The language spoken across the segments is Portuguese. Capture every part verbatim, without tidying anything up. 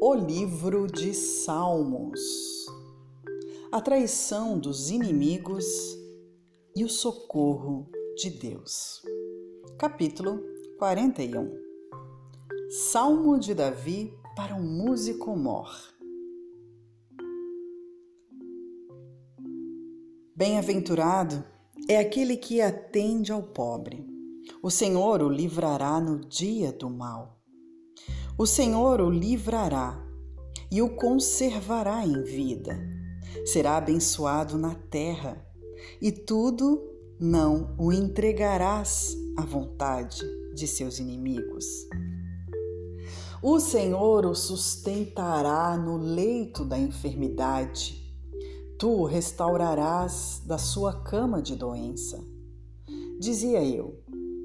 O livro de Salmos, a traição dos inimigos e o socorro de Deus. Capítulo quarenta e um. Salmo de Davi para um músico mor. Bem-aventurado é aquele que atende ao pobre. O Senhor o livrará no dia do mal. O Senhor o livrará e o conservará em vida. Será abençoado na terra, e tudo não o entregarás à vontade de seus inimigos. O Senhor o sustentará no leito da enfermidade. Tu o restaurarás da sua cama de doença. Dizia eu: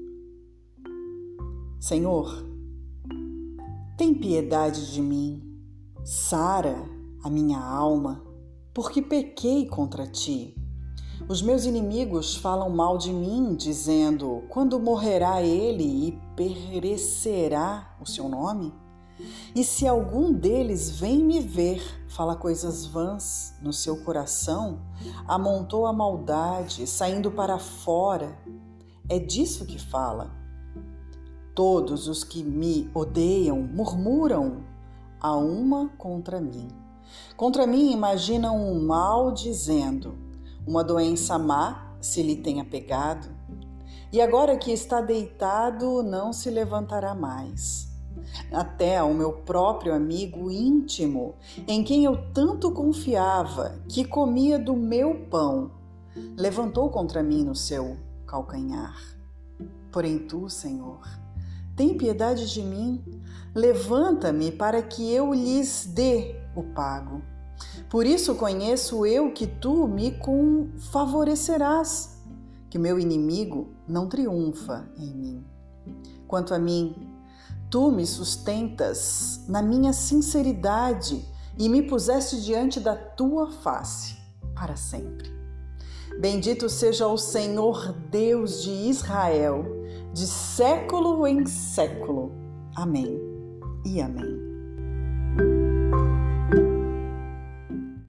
Senhor, tem piedade de mim, sara a minha alma, porque pequei contra ti. Os meus inimigos falam mal de mim, dizendo: quando morrerá ele e perecerá o seu nome? E se algum deles vem me ver, fala coisas vãs no seu coração, amontou a maldade, saindo para fora, é disso que fala. Todos os que me odeiam murmuram a uma contra mim. Contra mim imaginam um mal, dizendo: uma doença má se lhe tenha pegado, e agora que está deitado não se levantará mais. Até ao meu próprio amigo íntimo, em quem eu tanto confiava, que comia do meu pão, levantou contra mim no seu calcanhar. Porém tu, Senhor, tem piedade de mim, levanta-me para que eu lhes dê o pago. Por isso conheço eu que tu me favorecerás, que meu inimigo não triunfa em mim. Quanto a mim, tu me sustentas na minha sinceridade e me puseste diante da tua face para sempre. Bendito seja o Senhor Deus de Israel, de século em século. Amém e amém.